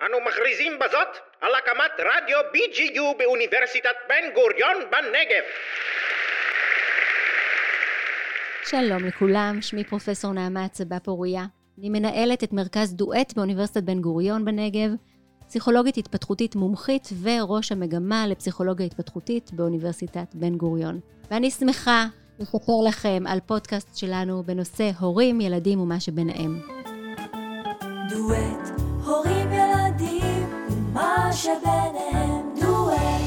אנו מכריזים בזאת על הקמת רדיו BGU באוניברסיטת בן גוריון בנגב. שלום לכולם, שמי פרופסור נעמה צבא פוריה. אני מנהלת את מרכז דואט באוניברסיטת בן גוריון בנגב, פסיכולוגית התפתחותית מומחית וראש המגמה לפסיכולוגיה התפתחותית באוניברסיטת בן גוריון. ואני שמחה לספר לכם על פודקאסט שלנו בנושא הורים, ילדים ומה שביניהם. דואט, הורים, ילדים ומה שביניהם, דואט.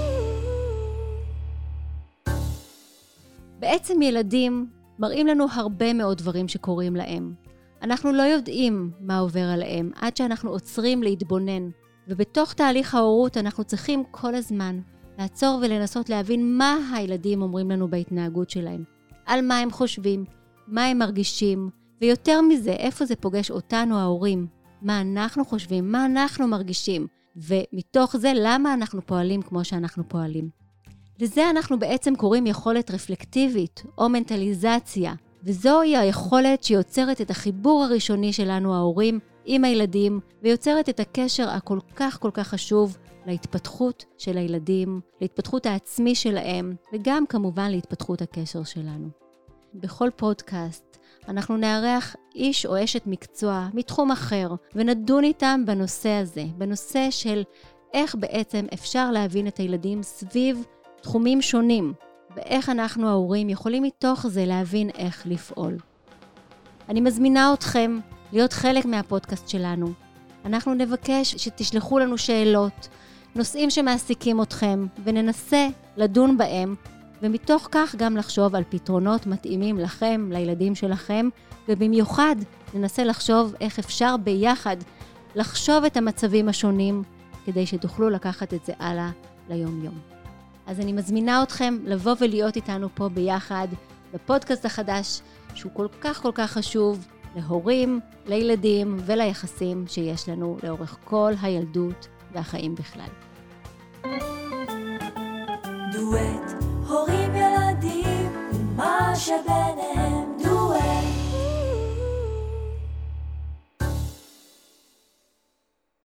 בעצם ילדים מראים לנו הרבה מאוד דברים שקורים להם. אנחנו לא יודעים מה עובר עליהם עד שאנחנו עוצרים להתבונן. ובתוך תהליך ההורות אנחנו צריכים כל הזמן לעצור ולנסות להבין מה הילדים אומרים לנו בהתנהגות שלהם. על מה הם חושבים, מה הם מרגישים, ויותר מזה, איפה זה פוגש אותנו ההורים. מה אנחנו חושבים, מה אנחנו מרגישים, ומתוך זה למה אנחנו פועלים כמו שאנחנו פועלים. לזה אנחנו בעצם קוראים יכולת רפלקטיבית או מנטליזציה, וזוהי היכולת שיוצרת את החיבור הראשוני שלנו ההורים עם הילדים, ויוצרת את הקשר הכל כך חשוב להתפתחות של הילדים, להתפתחות העצמי שלהם, וגם כמובן להתפתחות הקשר שלנו. בכל פודקאסט אנחנו נארח איש או אשת מקצוע מתחום אחר, ונדון איתם בנושא הזה, בנושא של איך בעצם אפשר להבין את הילדים סביב תחומים שונים, ואיך אנחנו ההורים יכולים מתוך זה להבין איך לפעול. אני מזמינה אתכם להיות חלק מהפודקאסט שלנו. אנחנו נבקש שתשלחו לנו שאלות, נושאים שמעסיקים אתכם, וננסה לדון בהם, ומתוך כך גם לחשוב על פתרונות מתאימים לכם, לילדים שלכם, ובמיוחד ננסה לחשוב איך אפשר ביחד לחשוב את המצבים השונים, כדי שתוכלו לקחת את זה הלאה ליום יום. אז אני מזמינה אתכם לבוא ולהיות איתנו פה ביחד, בפודקאסט החדש, שהוא כל כך חשוב להורים, לילדים וליחסים שיש לנו לאורך כל הילדות והחיים בכלל. דואט, הורים,